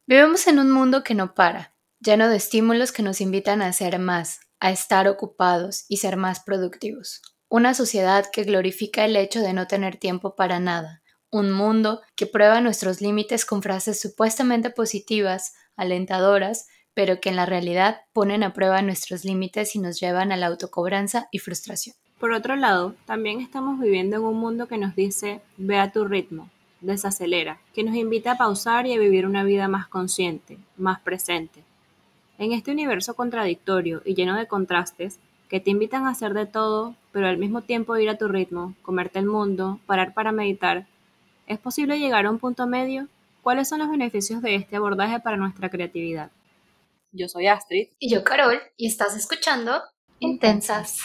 Vivimos en un mundo que no para, lleno de estímulos que nos invitan a hacer más, a estar ocupados y ser más productivos. Una sociedad que glorifica el hecho de no tener tiempo para nada. Un mundo que prueba nuestros límites con frases supuestamente positivas, alentadoras, pero que en la realidad ponen a prueba nuestros límites y nos llevan a la autocobranza y frustración. Por otro lado, también estamos viviendo en un mundo que nos dice, ve a tu ritmo, desacelera, que nos invita a pausar y a vivir una vida más consciente, más presente. En este universo contradictorio y lleno de contrastes, que te invitan a hacer de todo, pero al mismo tiempo ir a tu ritmo, comerte el mundo, parar para meditar, ¿es posible llegar a un punto medio? ¿Cuáles son los beneficios de este abordaje para nuestra creatividad? Yo soy Astrid. Y yo, Carol, y estás escuchando Intensas.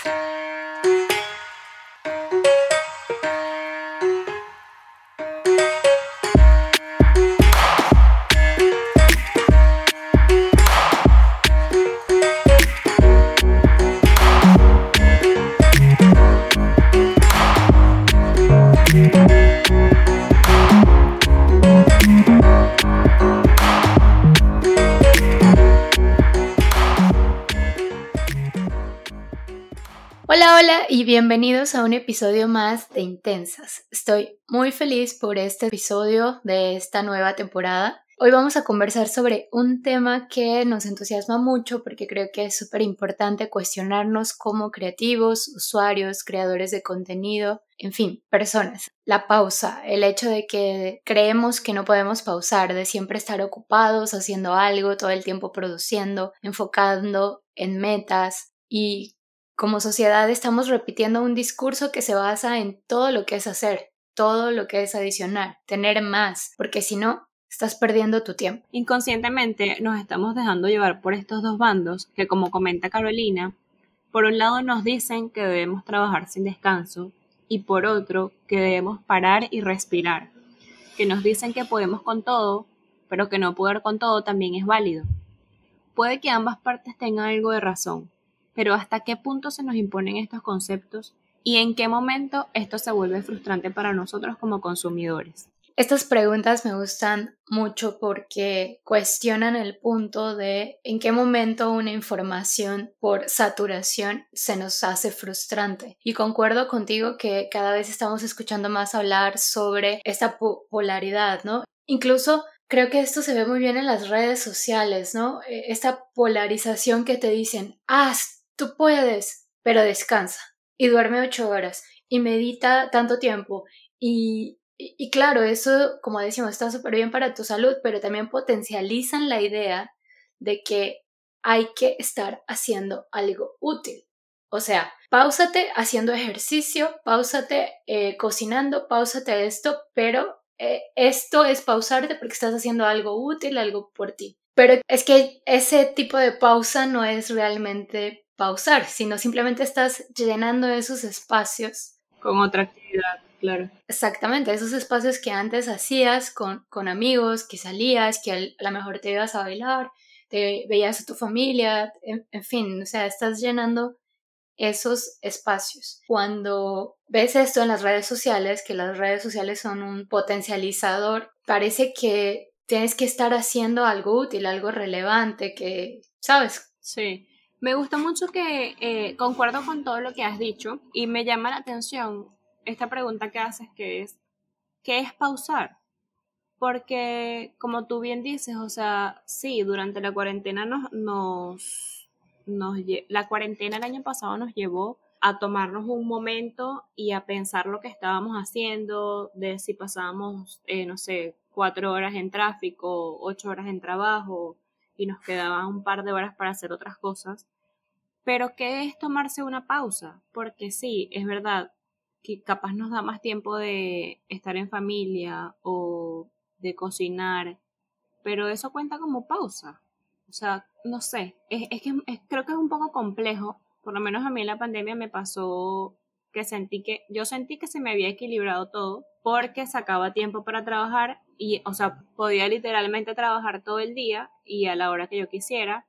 Hola y bienvenidos a un episodio más de Intensas. Estoy muy feliz por este episodio de esta nueva temporada. Hoy vamos a conversar sobre un tema que nos entusiasma mucho porque creo que es súper importante cuestionarnos como creativos, usuarios, creadores de contenido, en fin, personas. La pausa, el hecho de que creemos que no podemos pausar, de siempre estar ocupados haciendo algo, todo el tiempo produciendo, enfocando en metas y como sociedad estamos repitiendo un discurso que se basa en todo lo que es hacer, todo lo que es adicionar, tener más, porque si no, estás perdiendo tu tiempo. Inconscientemente nos estamos dejando llevar por estos dos bandos que, como comenta Carolina, por un lado nos dicen que debemos trabajar sin descanso y por otro que debemos parar y respirar, que nos dicen que podemos con todo, pero que no poder con todo también es válido. Puede que ambas partes tengan algo de razón, pero ¿hasta qué punto se nos imponen estos conceptos y en qué momento esto se vuelve frustrante para nosotros como consumidores? Estas preguntas me gustan mucho porque cuestionan el punto de en qué momento una información por saturación se nos hace frustrante. Y concuerdo contigo que cada vez estamos escuchando más hablar sobre esta polaridad, ¿no? Incluso creo que esto se ve muy bien en las redes sociales, ¿no? Esta polarización que te dicen, tú puedes, pero descansa y duerme 8 horas y medita tanto tiempo y claro, eso, como decimos, está súper bien para tu salud, pero también potencializan la idea de que hay que estar haciendo algo útil. O sea, páusate haciendo ejercicio, páusate cocinando, páusate esto, pero esto es pausarte porque estás haciendo algo útil, algo por ti. Pero es que ese tipo de pausa no es realmente pausar, sino simplemente estás llenando esos espacios Con otra actividad, claro. exactamente, esos espacios que antes hacías con amigos, que salías, que a lo mejor te ibas a bailar, te veías a tu familia, en fin, o sea, estás llenando esos espacios. Cuando ves esto en las redes sociales, que las redes sociales son un potencializador, parece que tienes que estar haciendo algo útil, algo relevante, que, ¿sabes? Sí, me gusta mucho que concuerdo con todo lo que has dicho y me llama la atención esta pregunta que haces que es, ¿qué es pausar? Porque como tú bien dices, o sea, sí, durante la cuarentena la cuarentena el año pasado nos llevó a tomarnos un momento y a pensar lo que estábamos haciendo, de si pasábamos, no sé, 4 horas en tráfico, 8 horas en trabajo y nos quedaban un par de horas para hacer otras cosas. Pero ¿qué es tomarse una pausa? Porque sí, es verdad que capaz nos da más tiempo de estar en familia o de cocinar, pero eso cuenta como pausa. O sea, no sé, creo que es un poco complejo, por lo menos a mí en la pandemia me pasó que yo sentí que se me había equilibrado todo porque sacaba tiempo para trabajar y, o sea, podía literalmente trabajar todo el día y a la hora que yo quisiera,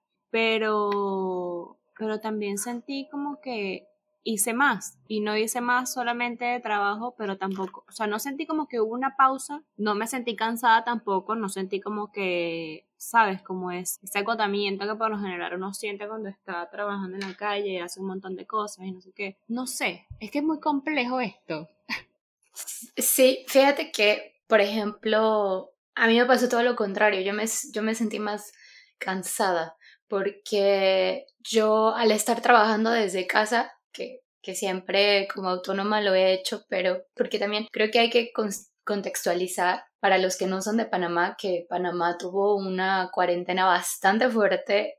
pero también sentí como que hice más y no hice más solamente de trabajo, pero tampoco, o sea, no sentí como que hubo una pausa, no me sentí cansada tampoco, no sentí como que ¿sabes? Como es ese agotamiento que por lo general uno siente cuando está trabajando en la calle y hace un montón de cosas y no sé qué. No sé, es que es muy complejo esto. Sí, fíjate que, por ejemplo, a mí me pasó todo lo contrario. Yo me sentí más cansada porque yo al estar trabajando desde casa, que siempre como autónoma lo he hecho, pero porque también creo que hay que contextualizar para los que no son de Panamá, que Panamá tuvo una cuarentena bastante fuerte,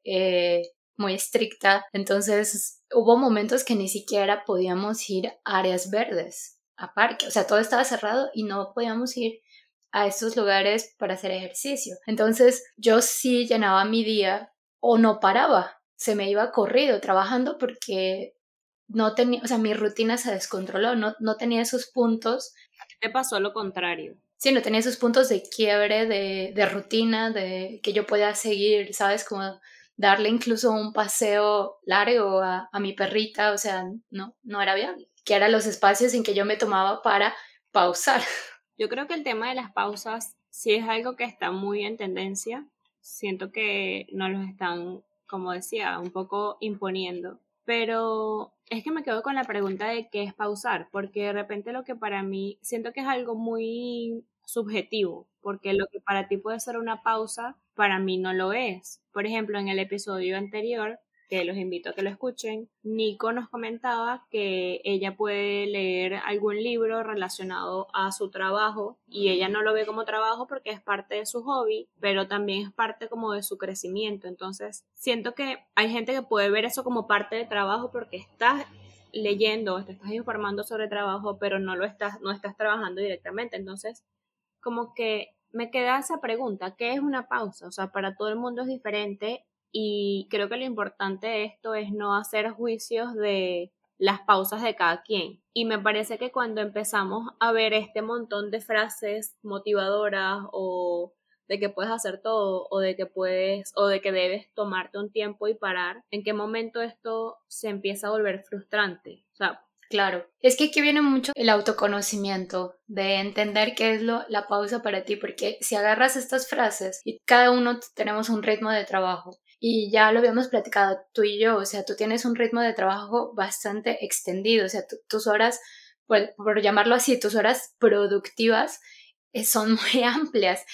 muy estricta, entonces hubo momentos que ni siquiera podíamos ir a áreas verdes, a parque, o sea, todo estaba cerrado y no podíamos ir a estos lugares para hacer ejercicio. Entonces yo sí llenaba mi día o no paraba, se me iba corrido trabajando porque no tenía, o sea, mi rutina se descontroló, no tenía esos puntos. Te pasó lo contrario. Sí, no tenía esos puntos de quiebre, de rutina, de que yo podía seguir, ¿sabes? Como darle incluso un paseo largo a mi perrita, o sea, no era viable. Que eran los espacios en que yo me tomaba para pausar. Yo creo que el tema de las pausas sí es algo que está muy en tendencia. Siento que nos los están, como decía, un poco imponiendo. Pero es que me quedo con la pregunta de qué es pausar, porque de repente lo que para mí siento que es algo muy subjetivo, porque lo que para ti puede ser una pausa, para mí no lo es. Por ejemplo, en el episodio anterior, que los invito a que lo escuchen, Nico nos comentaba que ella puede leer algún libro relacionado a su trabajo y ella no lo ve como trabajo porque es parte de su hobby, pero también es parte como de su crecimiento. Entonces, siento que hay gente que puede ver eso como parte de trabajo porque estás leyendo, te estás informando sobre trabajo, pero no estás trabajando directamente. Entonces, como que me queda esa pregunta, ¿qué es una pausa? O sea, para todo el mundo es diferente y creo que lo importante de esto es no hacer juicios de las pausas de cada quien. Y me parece que cuando empezamos a ver este montón de frases motivadoras o de que puedes hacer todo o de que puedes o de que debes tomarte un tiempo y parar, ¿en qué momento esto se empieza a volver frustrante? O sea, Claro, es que aquí viene mucho el autoconocimiento, de entender qué es la pausa para ti, porque si agarras estas frases y cada uno tenemos un ritmo de trabajo y ya lo habíamos platicado tú y yo, o sea, tú tienes un ritmo de trabajo bastante extendido, o sea, tus horas, por llamarlo así, tus horas productivas son muy amplias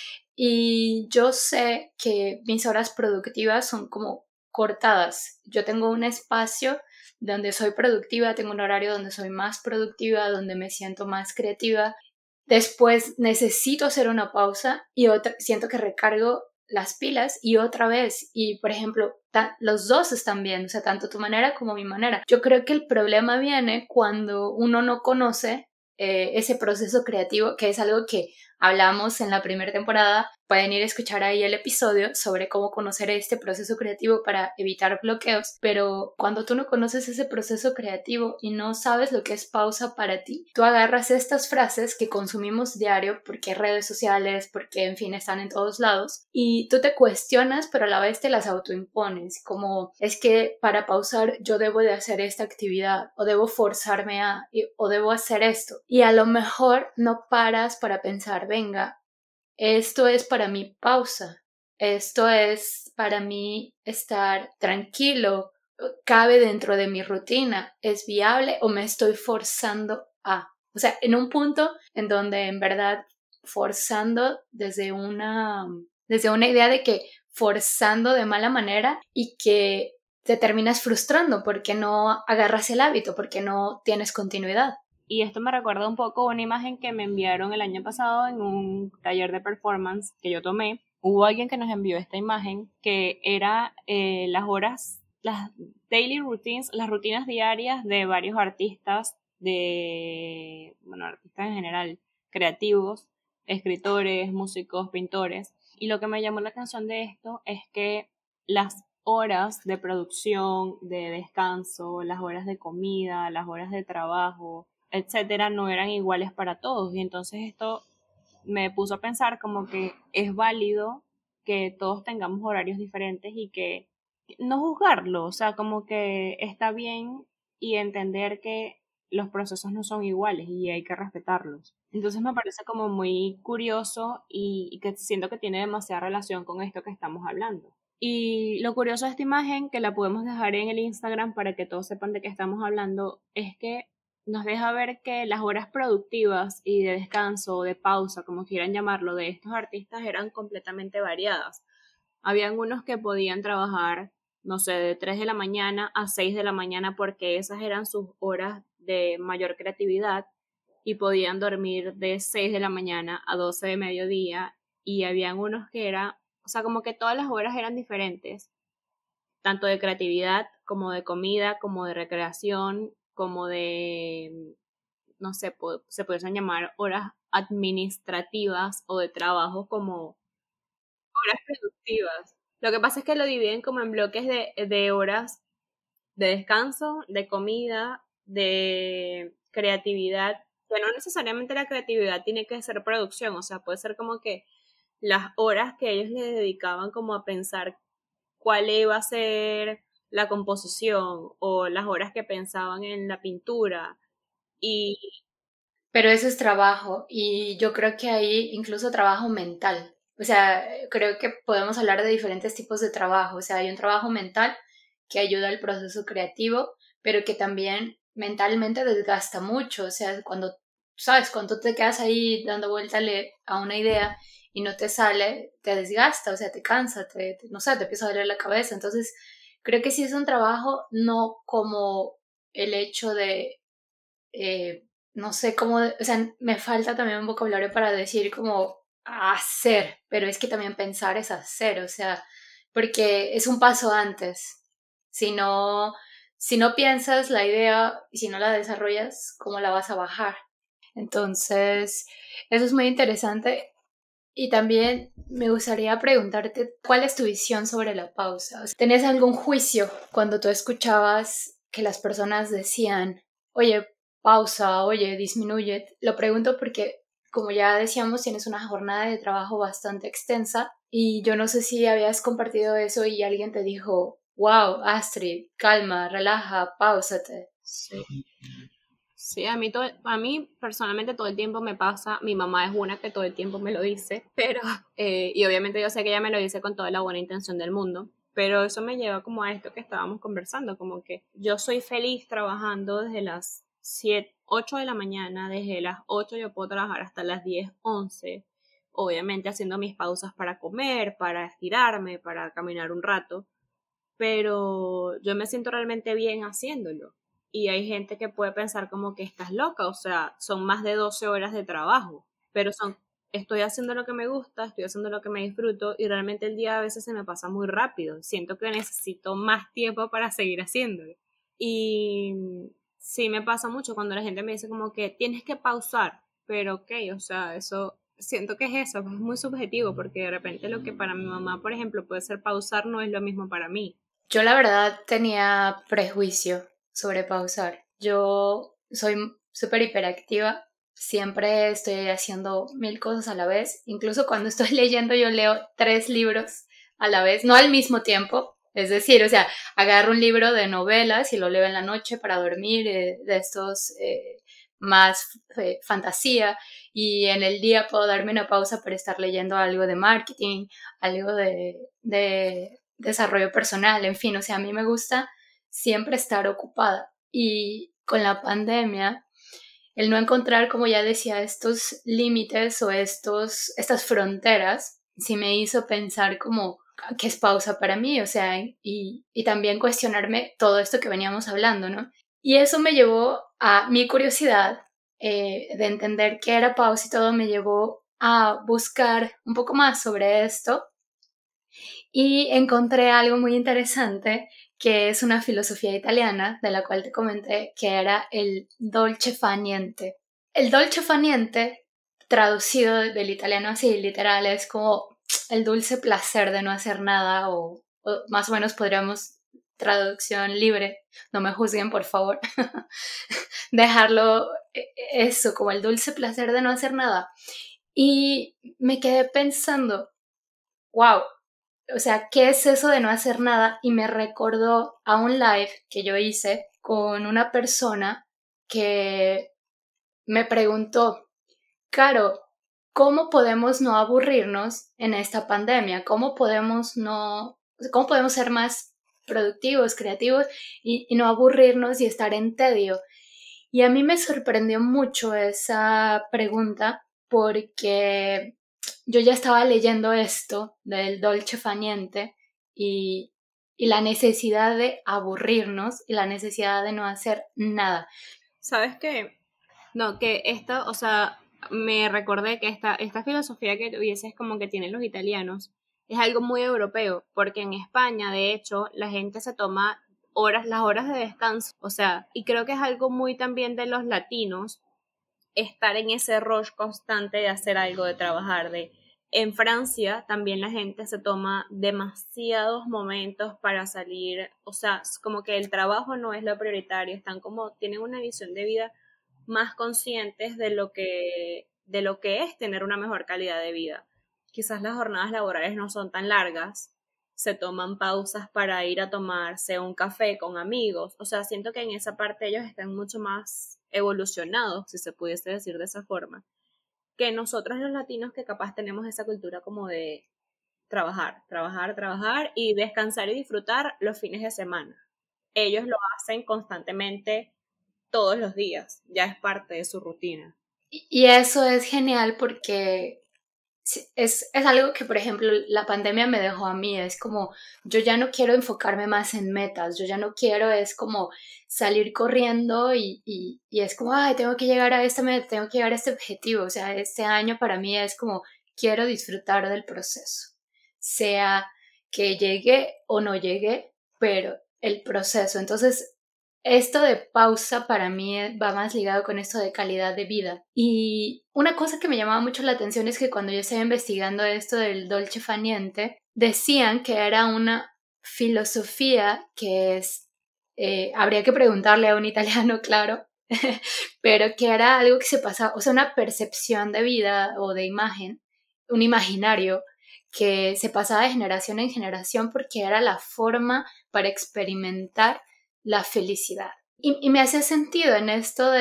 y yo sé que mis horas productivas son como cortadas. Yo tengo un espacio donde soy productiva, tengo un horario donde soy más productiva, donde me siento más creativa. Después necesito hacer una pausa y siento que recargo las pilas y otra vez. Y por ejemplo, los dos están bien, o sea, tanto tu manera como mi manera. Yo creo que el problema viene cuando uno no conoce ese proceso creativo, que es algo que hablamos en la primera temporada. Pueden ir a escuchar ahí el episodio sobre cómo conocer este proceso creativo para evitar bloqueos, pero cuando tú no conoces ese proceso creativo y no sabes lo que es pausa para ti, tú agarras estas frases que consumimos diario porque redes sociales, porque en fin están en todos lados y tú te cuestionas pero a la vez te las autoimpones, como es que para pausar yo debo de hacer esta actividad o debo forzarme o debo hacer esto y a lo mejor no paras para pensar, venga, esto es para mi pausa, esto es para mí estar tranquilo, cabe dentro de mi rutina, es viable o me estoy forzando a. O sea, en un punto en donde en verdad forzando desde una idea de que forzando de mala manera y que te terminas frustrando porque no agarras el hábito, porque no tienes continuidad. y esto me recuerda un poco a una imagen que me enviaron el año pasado en un taller de performance que yo tomé. Hubo alguien que nos envió esta imagen que era las horas, las daily routines, las rutinas diarias de varios artistas, bueno, artistas en general, creativos, escritores, músicos, pintores. Y lo que me llamó la atención de esto es que las horas de producción, de descanso, las horas de comida, las horas de trabajo, etcétera, no eran iguales para todos. Y entonces esto me puso a pensar como que es válido que todos tengamos horarios diferentes y que no juzgarlo, o sea, como que está bien y entender que los procesos no son iguales y hay que respetarlos. Entonces me parece como muy curioso y que siento que tiene demasiada relación con esto que estamos hablando. Y lo curioso de esta imagen, que la podemos dejar en el Instagram para que todos sepan de qué estamos hablando, es que nos deja ver que las horas productivas y de descanso o de pausa, como quieran llamarlo, de estos artistas eran completamente variadas. Habían unos que podían trabajar, no sé, de 3 de la mañana a 6 de la mañana porque esas eran sus horas de mayor creatividad y podían dormir de 6 de la mañana a 12 de mediodía y habían unos que era, o sea, como que todas las horas eran diferentes, tanto de creatividad como de comida, como de recreación, como de, no sé, se pueden llamar horas administrativas o de trabajo como horas productivas. Lo que pasa es que lo dividen como en bloques de horas de descanso, de comida, de creatividad, que no necesariamente la creatividad tiene que ser producción, o sea, puede ser como que las horas que ellos le dedicaban como a pensar cuál iba a ser la composición o las horas que pensaban en la pintura y Pero eso es trabajo y yo creo que hay incluso trabajo mental. O sea, creo que podemos hablar de diferentes tipos de trabajo. O sea, hay un trabajo mental que ayuda al proceso creativo, pero que también mentalmente desgasta mucho. O sea, cuando, sabes, cuando te quedas ahí dando vuelta a una idea y no te sale, te desgasta, o sea, te cansa, no sé, te empieza a doler la cabeza. Entonces, creo que sí es un trabajo, no como el hecho de no sé cómo, o sea, me falta también un vocabulario para decir como hacer, pero es que también pensar es hacer, o sea, porque es un paso antes. Si no, si no piensas la idea y si no la desarrollas, ¿cómo la vas a bajar? Entonces, eso es muy interesante. Y también me gustaría preguntarte, ¿cuál es tu visión sobre la pausa? O sea, ¿tenías algún juicio cuando tú escuchabas que las personas decían, oye, pausa, oye, disminuye? Lo pregunto porque, como ya decíamos, tienes una jornada de trabajo bastante extensa y yo no sé si habías compartido eso y alguien te dijo, wow, Astrid, calma, relaja, pausate. sí. Sí, a mí personalmente todo el tiempo me pasa, mi mamá es una que todo el tiempo me lo dice, pero, y obviamente yo sé que ella me lo dice con toda la buena intención del mundo, pero eso me lleva como a esto que estábamos conversando, como que yo soy feliz trabajando desde las 7 8 de la mañana, desde las 8 yo puedo trabajar hasta las 10 11 obviamente haciendo mis pausas para comer, para estirarme, para caminar un rato, pero yo me siento realmente bien haciéndolo. Y hay gente que puede pensar como que estás loca, o sea, son más de 12 horas de trabajo, pero estoy haciendo lo que me gusta, estoy haciendo lo que me disfruto y realmente el día a veces se me pasa muy rápido. Siento que necesito más tiempo para seguir haciéndolo. Y sí me pasa mucho cuando la gente me dice como que tienes que pausar, pero ok, o sea, eso, siento que es eso, es muy subjetivo porque de repente lo que para mi mamá, por ejemplo, puede ser pausar no es lo mismo para mí. Yo la verdad tenía prejuicio sobre pausar. Yo soy súper hiperactiva, siempre estoy haciendo mil cosas a la vez. Incluso cuando estoy leyendo yo leo 3 libros a la vez, no al mismo tiempo. Es decir, o sea, agarro un libro de novelas y lo leo en la noche para dormir, de estos más fantasía, y en el día puedo darme una pausa para estar leyendo algo de marketing, algo de desarrollo personal, en fin, o sea, a mí me gusta siempre estar ocupada y con la pandemia, el no encontrar, como ya decía, estos límites o estas fronteras, sí me hizo pensar como qué es pausa para mí, o sea, y también cuestionarme todo esto que veníamos hablando, ¿no? Y eso me llevó a mi curiosidad de entender qué era pausa y todo me llevó a buscar un poco más sobre esto y encontré algo muy interesante que es una filosofía italiana de la cual te comenté que era el dolce fa niente. El dolce fa niente, traducido del italiano así, literal, es como el dulce placer de no hacer nada o más o menos podríamos, traducción libre, no me juzguen por favor, dejarlo eso, como el dulce placer de no hacer nada. Y me quedé pensando, wow, o sea, ¿qué es eso de no hacer nada? Y me recordó a un live que yo hice con una persona que me preguntó, Caro, ¿cómo podemos no aburrirnos en esta pandemia? ¿Cómo podemos ser más productivos, creativos y no aburrirnos y estar en tedio? Y a mí me sorprendió mucho esa pregunta porque yo ya estaba leyendo esto del dolce far niente y, y la necesidad de aburrirnos y la necesidad de no hacer nada. ¿Sabes qué? No, que esta, o sea, me recordé que esta filosofía que tuvieses como que tienen los italianos es algo muy europeo, porque en España, de hecho, la gente se toma las horas de descanso, o sea, y creo que es algo muy también de los latinos, estar en ese rush constante de hacer algo, de trabajar, de... En Francia también la gente se toma demasiados momentos para salir, o sea, es como que el trabajo no es lo prioritario, están como, tienen una visión de vida más conscientes de lo que es tener una mejor calidad de vida. Quizás las jornadas laborales no son tan largas, se toman pausas para ir a tomarse un café con amigos, o sea, siento que en esa parte ellos están mucho más evolucionados, si se pudiese decir de esa forma, que nosotros los latinos que capaz tenemos esa cultura como de trabajar, trabajar, trabajar y descansar y disfrutar los fines de semana. Ellos lo hacen constantemente todos los días, ya es parte de su rutina. Y eso es genial porque es algo que, por ejemplo, la pandemia me dejó a mí. Es como, yo ya no quiero enfocarme más en metas, yo ya no quiero, es como salir corriendo y es como, ay, tengo que llegar a esta meta, tengo que llegar a este objetivo. O sea, este año para mí es como, quiero disfrutar del proceso, sea que llegue o no llegue, pero el proceso. Entonces, esto de pausa para mí va más ligado con esto de calidad de vida. Y una cosa que me llamaba mucho la atención es que cuando yo estaba investigando esto del dolce far niente, decían que era una filosofía que es, habría que preguntarle a un italiano, claro, pero que era algo que se pasaba, o sea, una percepción de vida o de imagen, un imaginario que se pasaba de generación en generación porque era la forma para experimentar la felicidad. Y me hace sentido en esto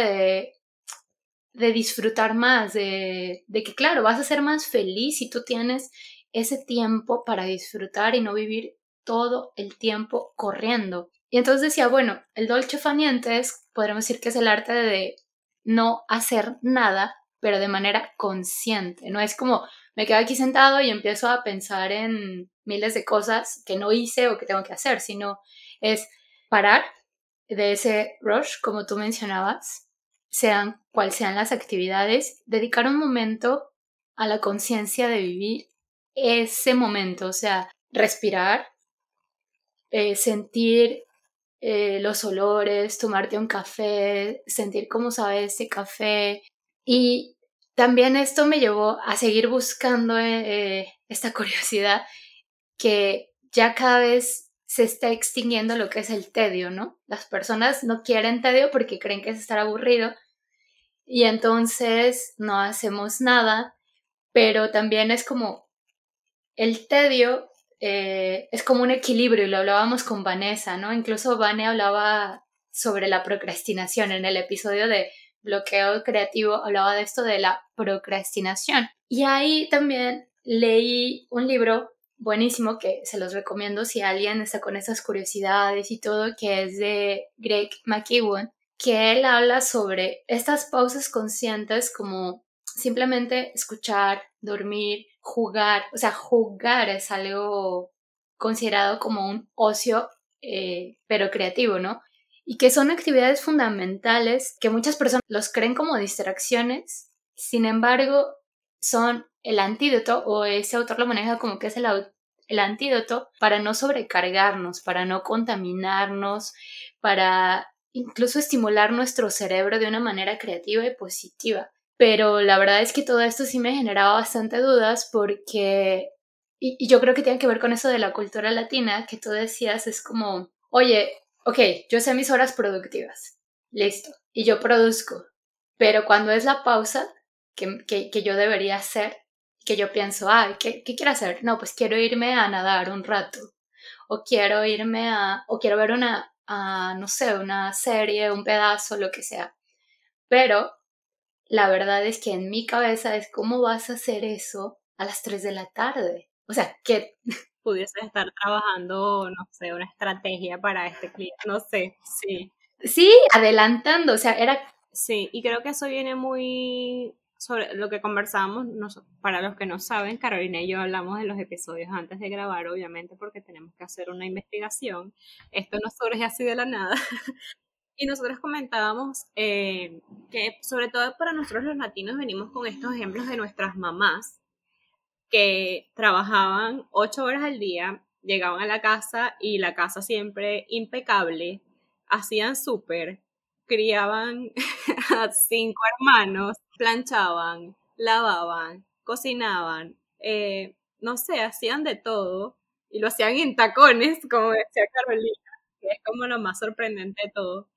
de disfrutar más, de que claro, vas a ser más feliz si tú tienes ese tiempo para disfrutar y no vivir todo el tiempo corriendo. Y entonces decía, bueno, el dolce far niente es, podríamos decir que es el arte de no hacer nada, pero de manera consciente. No es como me quedo aquí sentado y empiezo a pensar en miles de cosas que no hice o que tengo que hacer, sino es parar de ese rush, como tú mencionabas, sean cual sean las actividades, dedicar un momento a la conciencia de vivir ese momento, o sea, respirar, sentir los olores, tomarte un café, sentir cómo sabe ese café. Y también esto me llevó a seguir buscando esta curiosidad que ya cada vez se está extinguiendo lo que es el tedio, ¿no? Las personas no quieren tedio porque creen que es estar aburrido y entonces no hacemos nada, pero también es como el tedio es como un equilibrio y lo hablábamos con Vanessa, ¿no? Incluso Vane hablaba sobre la procrastinación en el episodio de bloqueo creativo, hablaba de esto de la procrastinación. Y ahí también leí un libro buenísimo que se los recomiendo si alguien está con esas curiosidades y todo, que es de Greg McKeown, que él habla sobre estas pausas conscientes como simplemente escuchar, dormir, jugar. O sea, jugar es algo considerado como un ocio, pero creativo, ¿no? Y que son actividades fundamentales que muchas personas los creen como distracciones, sin embargo, son el antídoto, o ese autor lo maneja como que es el antídoto para no sobrecargarnos, para no contaminarnos, para incluso estimular nuestro cerebro de una manera creativa y positiva. Pero la verdad es que todo esto sí me generaba bastante dudas porque, y yo creo que tiene que ver con eso de la cultura latina que tú decías, es como, oye, ok, yo sé mis horas productivas, listo, y yo produzco, pero cuando es la pausa que yo debería hacer, que yo pienso, ay, ¿qué quiero hacer? No, pues quiero irme a nadar un rato, o quiero irme o quiero ver no sé, una serie, un pedazo, lo que sea. pero la verdad es que en mi cabeza es cómo vas a hacer eso a las 3 de la tarde. O sea, que Pudiese estar trabajando, no sé, una estrategia para este cliente, no sé, sí. sí, adelantando, o sea, era... Sí, y creo que eso viene muy sobre lo que conversábamos, para los que no saben, Carolina y yo hablamos de los episodios antes de grabar, obviamente, porque tenemos que hacer una investigación. Esto no surge así de la nada. Y nosotros comentábamos que sobre todo para nosotros los latinos venimos con estos ejemplos de nuestras mamás que trabajaban 8 horas al día, llegaban a la casa y la casa siempre impecable, hacían súper, criaban a 5 hermanos, planchaban, lavaban, cocinaban, no sé, hacían de todo y lo hacían en tacones, como decía Carolina, que es como lo más sorprendente de todo.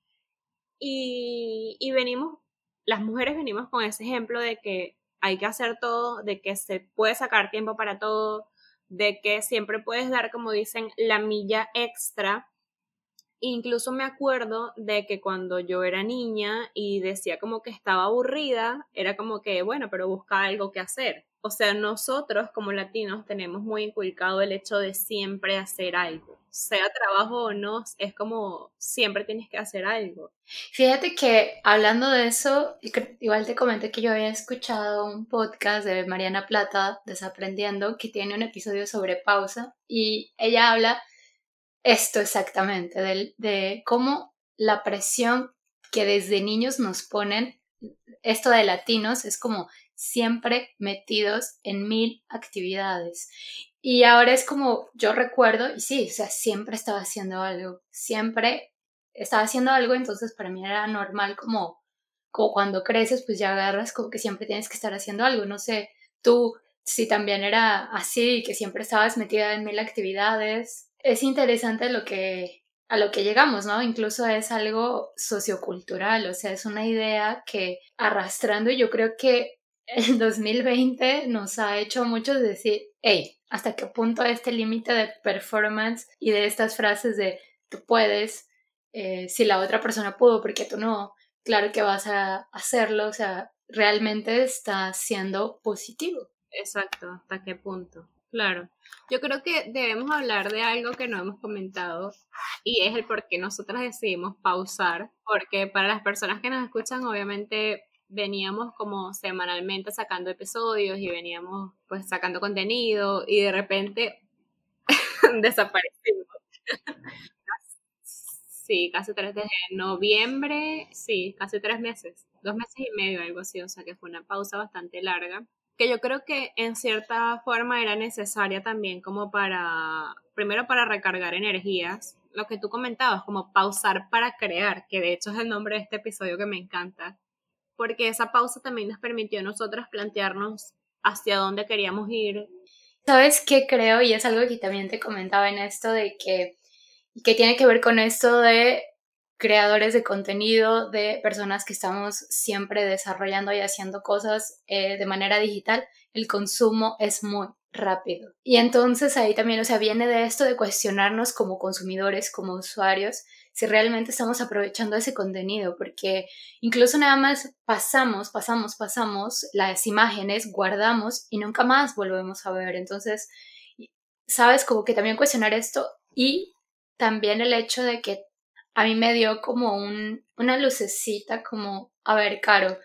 Y venimos, las mujeres venimos con ese ejemplo de que hay que hacer todo, de que se puede sacar tiempo para todo, de que siempre puedes dar, como dicen, la milla extra. Incluso me acuerdo de que cuando yo era niña y decía como que estaba aburrida, era como que, bueno, pero busca algo que hacer. O sea, nosotros como latinos tenemos muy inculcado el hecho de siempre hacer algo. Sea trabajo o no, es como siempre tienes que hacer algo. Fíjate que hablando de eso, igual te comenté que yo había escuchado un podcast de Mariana Plata, Desaprendiendo, que tiene un episodio sobre pausa y ella habla esto exactamente, de cómo la presión que desde niños nos ponen, esto de latinos, es como siempre metidos en 1000 actividades. Y ahora es como, yo recuerdo, y sí, o sea, siempre estaba haciendo algo, siempre estaba haciendo algo, entonces para mí era normal como cuando creces, pues ya agarras como que siempre tienes que estar haciendo algo, no sé, tú si también era así, que siempre estabas metida en 1000 actividades. Es interesante a lo que llegamos, ¿no? Incluso es algo sociocultural, o sea, es una idea que arrastrando, y yo creo que el 2020 nos ha hecho a muchos decir, hey, ¿hasta qué punto este límite de performance y de estas frases de tú puedes, si la otra persona pudo, porque tú no? Claro que vas a hacerlo, o sea, realmente está siendo positivo. Exacto, ¿hasta qué punto? Claro. Yo creo que debemos hablar de algo que no hemos comentado y es el por qué nosotras decidimos pausar, porque para las personas que nos escuchan, obviamente veníamos como semanalmente sacando episodios y veníamos pues sacando contenido y de repente desaparecimos. Sí, casi desde noviembre, sí, casi 3 meses, 2 meses y medio, algo así, o sea que fue una pausa bastante larga, que yo creo que en cierta forma era necesaria también como para, primero para recargar energías, lo que tú comentabas, como pausar para crear, que de hecho es el nombre de este episodio que me encanta, porque esa pausa también nos permitió a nosotras plantearnos hacia dónde queríamos ir. ¿Sabes qué creo? Y es algo que también te comentaba en esto de que tiene que ver con esto de creadores de contenido, de personas que estamos siempre desarrollando y haciendo cosas de manera digital, el consumo es muy rápido. Y entonces ahí también, o sea, viene de esto de cuestionarnos como consumidores, como usuarios, si realmente estamos aprovechando ese contenido, porque incluso nada más pasamos las imágenes, guardamos y nunca más volvemos a ver. Entonces, sabes, como que también cuestionar esto y también el hecho de que a mí me dio como una lucecita, como, a ver, Caro,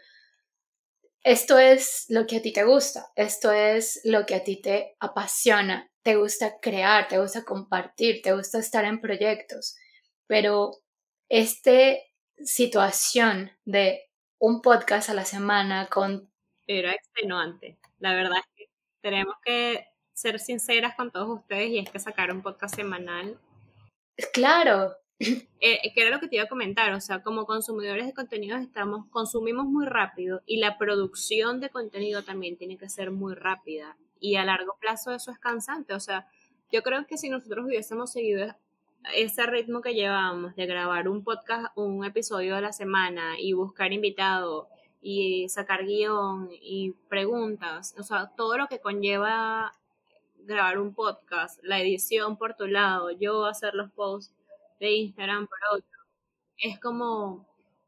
esto es lo que a ti te gusta, esto es lo que a ti te apasiona, te gusta crear, te gusta compartir, te gusta estar en proyectos, pero esta situación de un podcast a la semana con... Era extenuante. La verdad es que tenemos que ser sinceras con todos ustedes y es que sacar un podcast semanal. Claro, Que era lo que te iba a comentar, o sea, como consumidores de contenidos consumimos muy rápido y la producción de contenido también tiene que ser muy rápida y a largo plazo eso es cansante, o sea, yo creo que si nosotros hubiésemos seguido ese ritmo que llevábamos de grabar un podcast, un episodio a la semana y buscar invitado y sacar guión y preguntas, o sea, todo lo que conlleva grabar un podcast, la edición por tu lado, yo hacer los posts de Instagram por otro, es como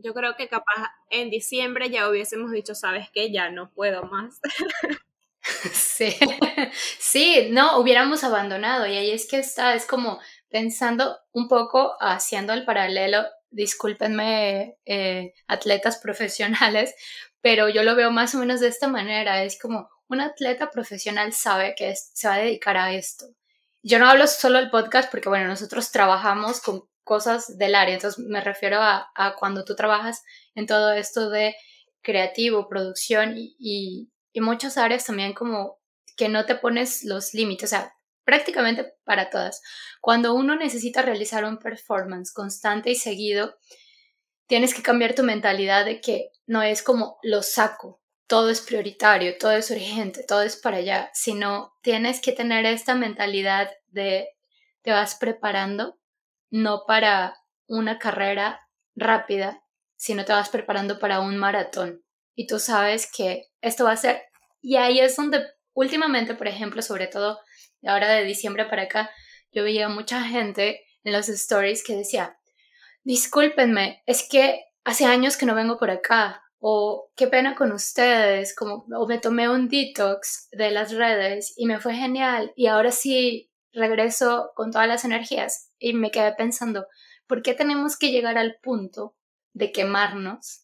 Yo creo que capaz en diciembre ya hubiésemos dicho, ¿sabes qué? Ya no puedo más. Sí, sí, no, hubiéramos abandonado y ahí es que está, es como pensando un poco, haciendo el paralelo, discúlpenme, atletas profesionales, pero yo lo veo más o menos de esta manera, es como un atleta profesional sabe que se va a dedicar a esto. Yo no hablo solo del podcast porque, bueno, nosotros trabajamos con cosas del área, entonces me refiero a cuando tú trabajas en todo esto de creativo, producción y muchas áreas también como que no te pones los límites, o sea, prácticamente para todas. Cuando uno necesita realizar un performance constante y seguido, tienes que cambiar tu mentalidad de que no es como lo saco, todo es prioritario, todo es urgente, todo es para allá, sino tienes que tener esta mentalidad de te vas preparando no para una carrera rápida, sino te vas preparando para un maratón. Y tú sabes que esto va a ser, y ahí es donde últimamente, por ejemplo, sobre todo ahora de diciembre para acá, yo veía mucha gente en los stories que decía, discúlpenme, es que hace años que no vengo por acá, o qué pena con ustedes, como, o me tomé un detox de las redes y me fue genial, y ahora sí regreso con todas las energías. Y me quedé pensando, ¿por qué tenemos que llegar al punto de quemarnos,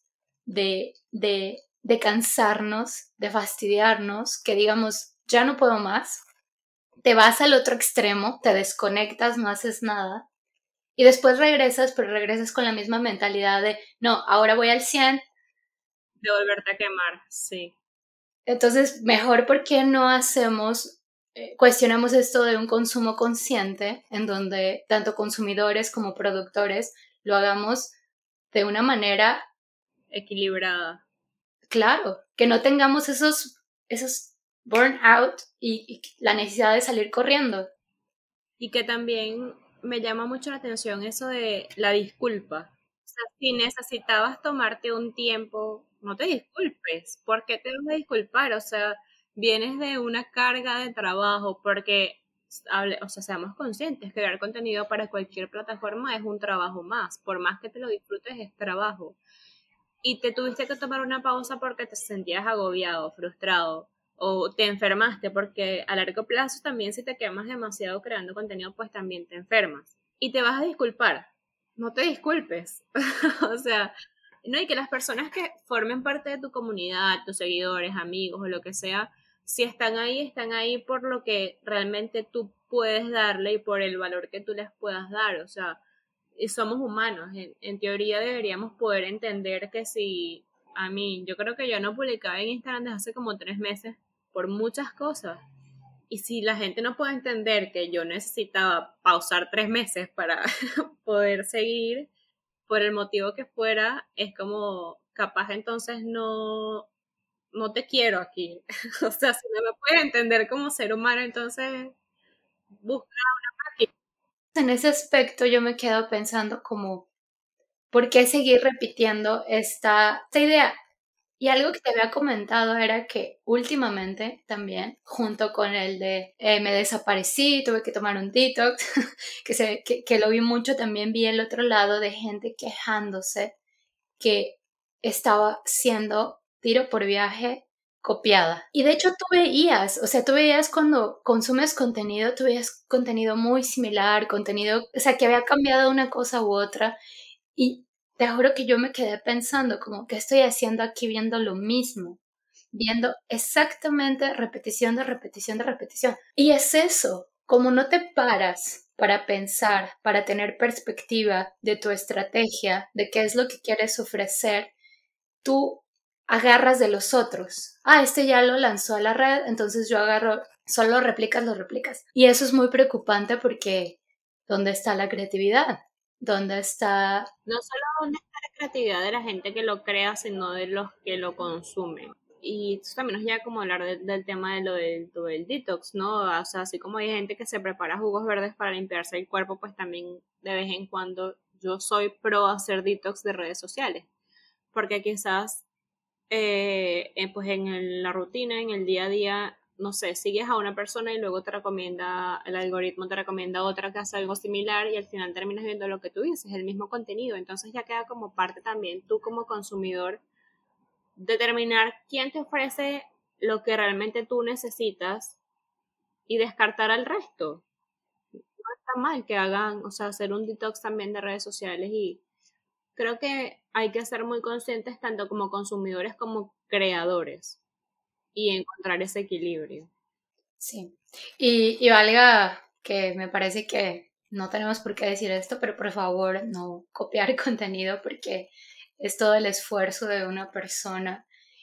de cansarnos, de fastidiarnos, que digamos, ya no puedo más? Te vas al otro extremo, te desconectas, no haces nada y después regresas, pero regresas con la misma mentalidad de, no, ahora voy al 100. De volverte a quemar, sí. Entonces, mejor porque no hacemos, cuestionamos esto de un consumo consciente, en donde tanto consumidores como productores lo hagamos de una manera, Equilibrada. claro, que no tengamos esos burnout y la necesidad de salir corriendo. Y que también me llama mucho la atención eso de la disculpa. O sea, si necesitabas tomarte un tiempo, no te disculpes. ¿Por qué te vas a disculpar? O sea, vienes de una carga de trabajo, porque, o sea, seamos conscientes, crear contenido para cualquier plataforma es un trabajo más. Por más que te lo disfrutes, es trabajo. Y te tuviste que tomar una pausa porque te sentías agobiado, frustrado o te enfermaste, porque a largo plazo también si te quemas demasiado creando contenido, pues también te enfermas. Y te vas a disculpar. No te disculpes. O sea, no, y que las personas que formen parte de tu comunidad, tus seguidores, amigos o lo que sea, si están ahí por lo que realmente tú puedes darle y por el valor que tú les puedas dar. O sea, y somos humanos. En teoría deberíamos poder entender que si a mí, yo creo que yo no publicaba en Instagram desde hace como 3 meses por muchas cosas. Y si la gente no puede entender que yo necesitaba pausar 3 meses para poder seguir, por el motivo que fuera, es como capaz entonces no te quiero aquí. O sea, si no me puedes entender como ser humano, entonces busca aquí. En ese aspecto yo me quedo pensando como, ¿por qué seguir repitiendo esta idea? Y algo que te había comentado era que últimamente también, junto con el de me desaparecí, tuve que tomar un detox, que lo vi mucho, también vi el otro lado de gente quejándose que estaba siendo tiro por viaje copiada. Y de hecho tú veías, o sea, tú veías cuando consumes contenido, tú veías contenido muy similar, contenido, o sea, que había cambiado una cosa u otra. Y te juro que yo me quedé pensando como, ¿qué estoy haciendo aquí viendo lo mismo? Viendo exactamente repetición de repetición de repetición. Y es eso, como no te paras para pensar, para tener perspectiva de tu estrategia, de qué es lo que quieres ofrecer, tú agarras de los otros. Ah, este ya lo lanzó a la red, entonces yo agarro, solo replicas, lo replicas. Y eso es muy preocupante porque ¿dónde está la creatividad? ¿Dónde está? No solo dónde está la creatividad de la gente que lo crea, sino de los que lo consumen. Y esto también nos lleva como a hablar del tema de lo del detox, ¿no? O sea, así como hay gente que se prepara jugos verdes para limpiarse el cuerpo, pues también de vez en cuando yo soy pro hacer detox de redes sociales. Porque quizás, pues en la rutina, en el día a día, no sé, sigues a una persona y luego te recomienda, el algoritmo te recomienda otra que hace algo similar y al final terminas viendo lo que tú dices, el mismo contenido. Entonces ya queda como parte también tú como consumidor determinar quién te ofrece lo que realmente tú necesitas y descartar al resto. No está mal que hagan, o sea, hacer un detox también de redes sociales y creo que hay que ser muy conscientes tanto como consumidores como creadores y encontrar ese equilibrio. Sí. Y valga que me parece que no tenemos por qué decir esto, pero por favor no copiar contenido porque es todo el esfuerzo de una persona.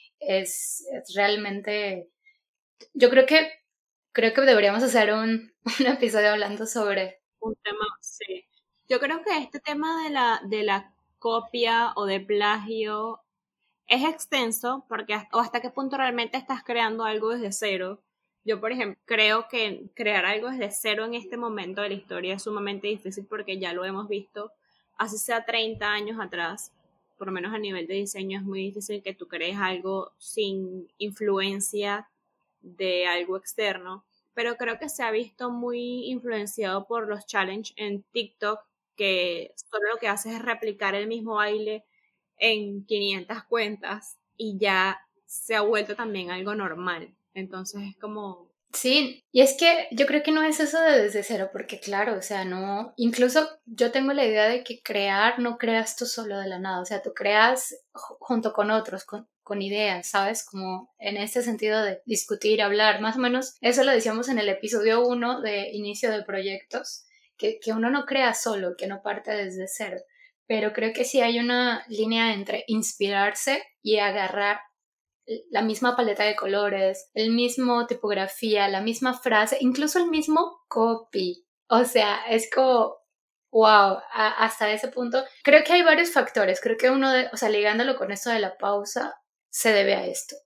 Es realmente. Yo creo que deberíamos hacer un episodio hablando sobre. Un tema, sí. Yo creo que este tema de la copia o de plagio es extenso porque o hasta qué punto realmente estás creando algo desde cero. Yo, por ejemplo, creo que crear algo desde cero en este momento de la historia es sumamente difícil porque ya lo hemos visto, así sea 30 años atrás, por lo menos a nivel de diseño es muy difícil que tú crees algo sin influencia de algo externo, pero creo que se ha visto muy influenciado por los challenges en TikTok, que solo lo que hace es replicar el mismo baile en 500 cuentas y ya se ha vuelto también algo normal. Entonces es como, Sí, y es que yo creo que no es eso de desde cero, porque claro, o sea, no, incluso yo tengo la idea de que crear no creas tú solo de la nada, o sea, tú creas junto con otros, con ideas, ¿sabes? Como en este sentido de discutir, hablar, más o menos, eso lo decíamos en el episodio 1 de inicio de proyectos, que uno no crea solo, que no parte desde cero, pero creo que sí hay una línea entre inspirarse y agarrar la misma paleta de colores, el mismo tipografía, la misma frase, incluso el mismo copy. O sea, es como, wow, hasta ese punto. Creo que hay varios factores. Creo que uno de, o sea, ligándolo con esto de la pausa, se debe a esto.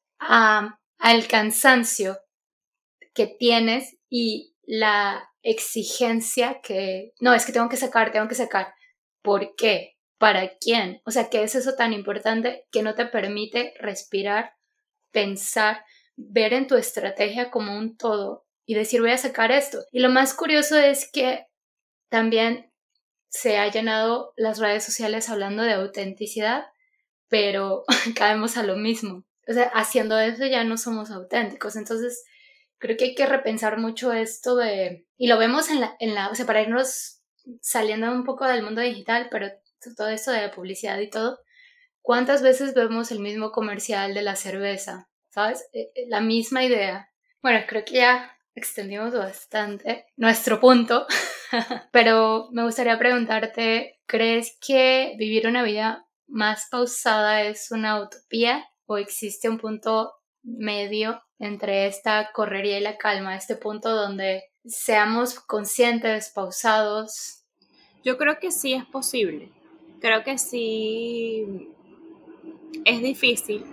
Al cansancio que tienes y la exigencia que, no, es que tengo que sacar, tengo que sacar. ¿Por qué? ¿Para quién? O sea, ¿qué es eso tan importante que no te permite respirar, pensar, ver en tu estrategia como un todo y decir voy a sacar esto? Y lo más curioso es que también se ha llenado las redes sociales hablando de autenticidad, pero caemos a lo mismo. O sea, haciendo eso ya no somos auténticos. Entonces, creo que hay que repensar mucho esto de, y lo vemos o sea, para irnos saliendo un poco del mundo digital, pero todo esto de la publicidad y todo, ¿cuántas veces vemos el mismo comercial de la cerveza? ¿Sabes? La misma idea. Bueno, creo que ya extendimos bastante nuestro punto, pero me gustaría preguntarte, ¿crees que vivir una vida más pausada es una utopía o existe un punto medio entre esta correría y la calma, este punto donde seamos conscientes, pausados? yo creo que sí es posible. Creo que sí es difícil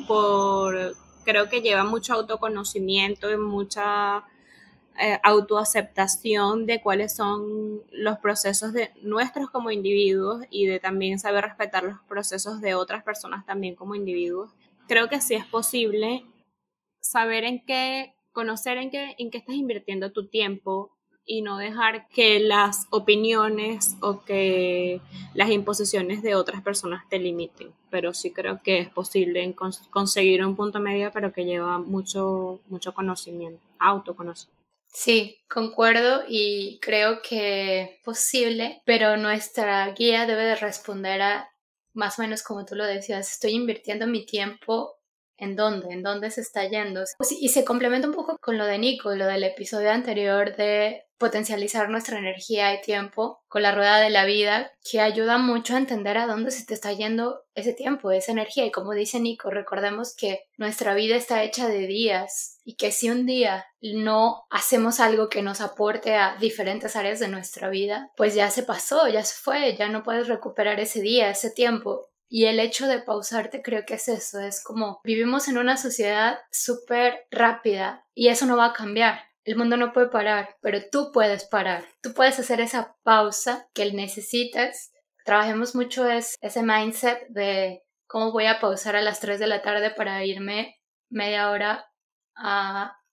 creo que lleva mucho autoconocimiento y mucha autoaceptación de cuáles son los procesos de nuestros como individuos y de también saber respetar los procesos de otras personas también como individuos. Creo que sí es posible saber conocer en qué estás invirtiendo tu tiempo y no dejar que las opiniones o que las imposiciones de otras personas te limiten. Pero sí creo que es posible conseguir un punto medio, pero que lleva mucho conocimiento, autoconocimiento. Sí, concuerdo y creo que es posible, pero nuestra guía debe de responder a más o menos como tú lo decías, estoy invirtiendo mi tiempo en dónde se está yendo. Pues, y se complementa un poco con lo de Nico, lo del episodio anterior de potencializar nuestra energía y tiempo con la rueda de la vida, que ayuda mucho a entender a dónde se te está yendo ese tiempo, esa energía. Y como dice Nico, recordemos que nuestra vida está hecha de días y que si un día no hacemos algo que nos aporte a diferentes áreas de nuestra vida, pues ya se pasó, ya se fue, ya no puedes recuperar ese día, ese tiempo. Y el hecho de pausarte creo que es eso, es como vivimos en una sociedad súper rápida y eso no va a cambiar. El mundo no puede parar, pero tú puedes parar. Tú puedes hacer esa pausa que necesitas. Trabajemos mucho ese mindset de cómo voy a pausar a las 3 de la tarde para irme media hora a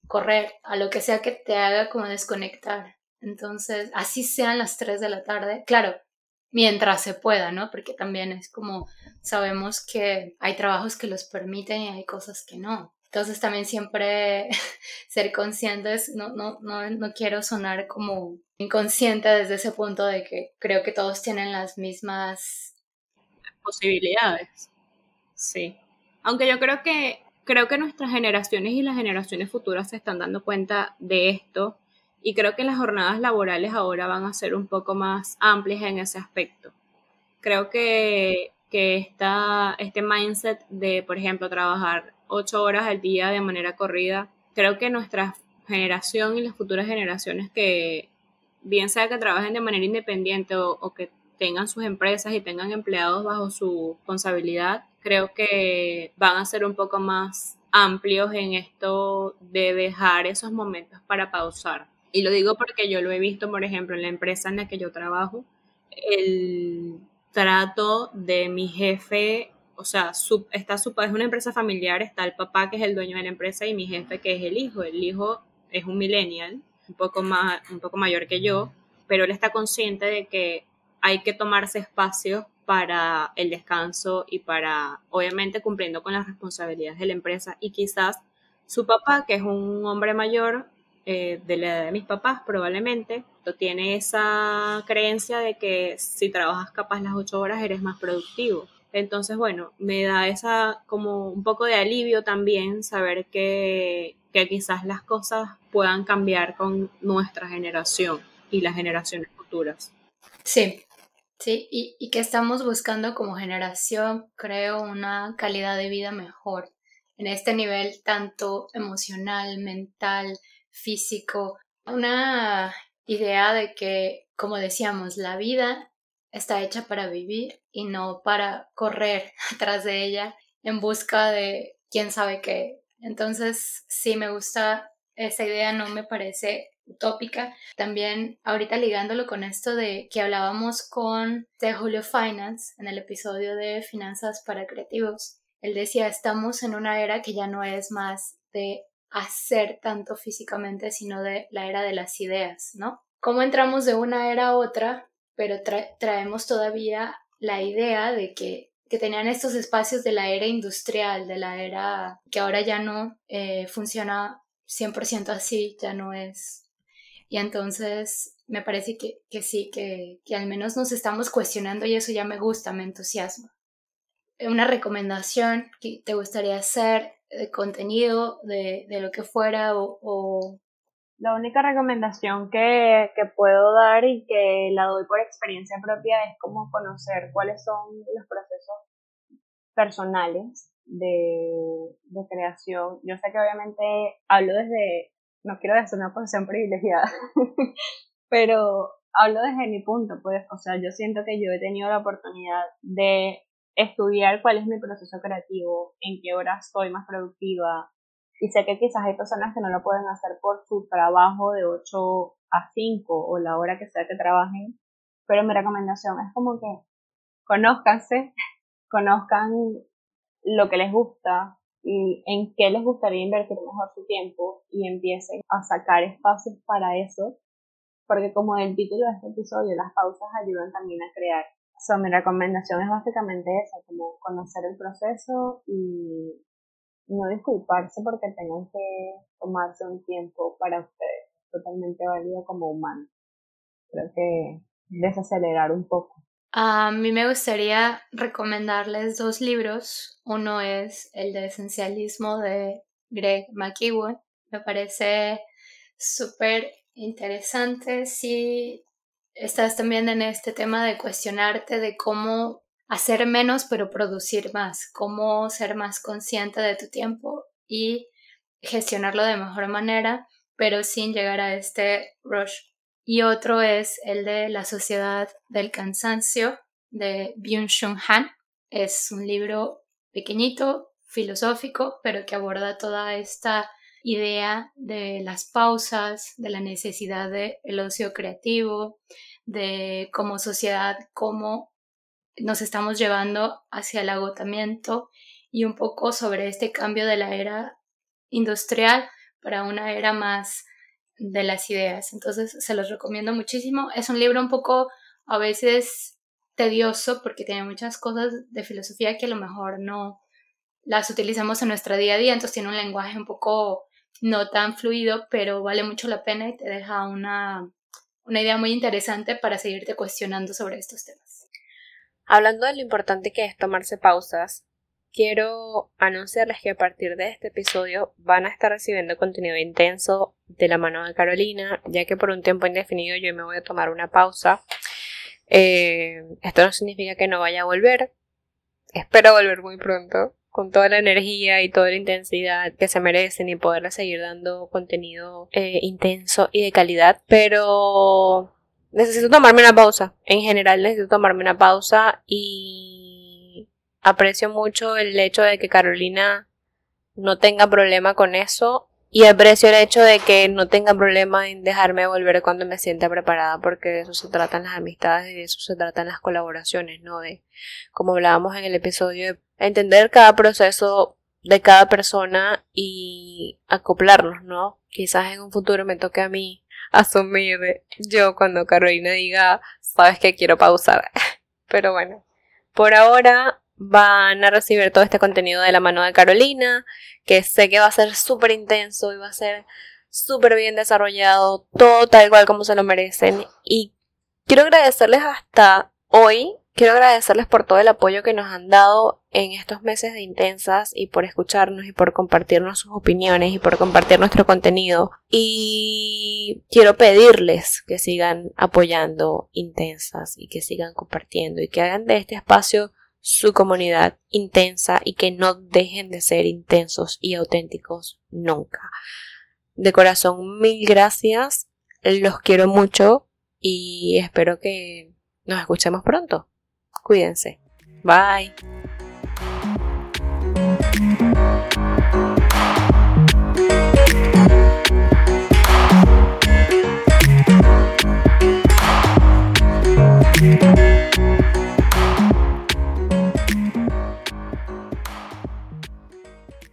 correr, a lo que sea que te haga como desconectar. Entonces, así sean las 3 de la tarde, claro, mientras se pueda, ¿no? Porque también es como sabemos que hay trabajos que los permiten y hay cosas que no. Entonces también siempre ser conscientes, no quiero sonar como inconsciente desde ese punto de que creo que todos tienen las mismas Posibilidades. Sí. Aunque yo creo que nuestras generaciones y las generaciones futuras se están dando cuenta de esto y creo que las jornadas laborales ahora van a ser un poco más amplias en ese aspecto. Creo que este mindset de, por ejemplo, trabajar 8 horas al día de manera corrida, creo que nuestra generación y las futuras generaciones que, bien sea que trabajen de manera independiente o que tengan sus empresas y tengan empleados bajo su responsabilidad, creo que van a ser un poco más amplios en esto de dejar esos momentos para pausar. Y lo digo porque yo lo he visto, por ejemplo, en la empresa en la que yo trabajo, el trato de mi jefe, o sea, es una empresa familiar, está el papá que es el dueño de la empresa y mi jefe que es el hijo. El hijo es un millennial, un poco mayor que yo, pero él está consciente de que hay que tomarse espacios para el descanso y para, obviamente, cumpliendo con las responsabilidades de la empresa. Y quizás su papá, que es un hombre mayor, de la edad de mis papás probablemente, tiene esa creencia de que si trabajas capaz las 8 horas eres más productivo. Entonces, bueno, me da esa como un poco de alivio también saber que quizás las cosas puedan cambiar con nuestra generación y las generaciones futuras. Sí, sí, y que estamos buscando como generación, creo, una calidad de vida mejor en este nivel tanto emocional, mental, físico, una idea de que, como decíamos, la vida está hecha para vivir y no para correr atrás de ella en busca de quién sabe qué. Entonces, sí, me gusta esa idea, no me parece utópica. También ahorita ligándolo con esto de que hablábamos con de Julio Finance en el episodio de Finanzas para Creativos, él decía, estamos en una era que ya no es más de hacer tanto físicamente, sino de la era de las ideas, ¿no? ¿Cómo entramos de una era a otra, pero traemos todavía la idea de que tenían estos espacios de la era industrial, de la era que ahora ya no funciona 100% así, ya no es. Y entonces me parece que sí, que al menos nos estamos cuestionando y eso ya me gusta, me entusiasma. Una recomendación que te gustaría hacer de contenido, de lo que fuera o... La única recomendación que puedo dar y que la doy por experiencia propia es como conocer cuáles son los procesos personales de creación. Yo sé que obviamente hablo desde, no quiero decir una posición privilegiada, pero hablo desde mi punto, pues, o sea, yo siento que yo he tenido la oportunidad de estudiar cuál es mi proceso creativo, en qué horas soy más productiva, y sé que quizás hay personas que no lo pueden hacer por su trabajo de 8 a 5 o la hora que sea que trabajen, pero mi recomendación es como que conózcanse, conozcan lo que les gusta y en qué les gustaría invertir mejor su tiempo y empiecen a sacar espacios para eso, porque como el título de este episodio, las pausas ayudan también a crear. So, mi recomendación es básicamente esa, como conocer el proceso y no disculparse porque tengan que tomarse un tiempo para ustedes, totalmente válido como humano. Creo que desacelerar un poco. A mí me gustaría recomendarles 2 libros. Uno es el de Esencialismo de Greg McKeown. Me parece súper interesante si estás también en este tema de cuestionarte de cómo hacer menos pero producir más, cómo ser más consciente de tu tiempo y gestionarlo de mejor manera, pero sin llegar a este rush. Y otro es el de La Sociedad del Cansancio de Byung-Chul Han. Es un libro pequeñito, filosófico, pero que aborda toda esta idea de las pausas, de la necesidad del ocio creativo, de como sociedad, cómo nos estamos llevando hacia el agotamiento y un poco sobre este cambio de la era industrial, para una era más de las ideas. Entonces se los recomiendo muchísimo. Es un libro un poco a veces tedioso porque tiene muchas cosas de filosofía que a lo mejor no las utilizamos en nuestro día a día, entonces tiene un lenguaje un poco no tan fluido, pero vale mucho la pena y te deja una idea muy interesante para seguirte cuestionando sobre estos temas. Hablando de lo importante que es tomarse pausas, quiero anunciarles que a partir de este episodio van a estar recibiendo contenido intenso de la mano de Carolina, ya que por un tiempo indefinido yo me voy a tomar una pausa. Esto no significa que no vaya a volver. Espero volver muy pronto, con toda la energía y toda la intensidad que se merecen y poderles seguir dando contenido intenso y de calidad. Pero necesito tomarme una pausa. En general necesito tomarme una pausa y aprecio mucho el hecho de que Carolina no tenga problema con eso. Y aprecio el hecho de que no tenga problema en dejarme volver cuando me sienta preparada, porque de eso se tratan las amistades y de eso se tratan las colaboraciones, ¿no? De, como hablábamos en el episodio, de entender cada proceso de cada persona y acoplarnos, ¿no? Quizás en un futuro me toque a mí asumir yo cuando Carolina diga, sabes que quiero pausar. Pero bueno, por ahora van a recibir todo este contenido de la mano de Carolina, que sé que va a ser súper intenso y va a ser súper bien desarrollado, todo tal cual como se lo merecen. Y quiero agradecerles hasta hoy, quiero agradecerles por todo el apoyo que nos han dado en estos meses de Intensas y por escucharnos y por compartirnos sus opiniones y por compartir nuestro contenido. Y quiero pedirles que sigan apoyando Intensas y que sigan compartiendo y que hagan de este espacio su comunidad intensa y que no dejen de ser intensos y auténticos nunca. De corazón, mil gracias, los quiero mucho y espero que nos escuchemos pronto. Cuídense. Bye.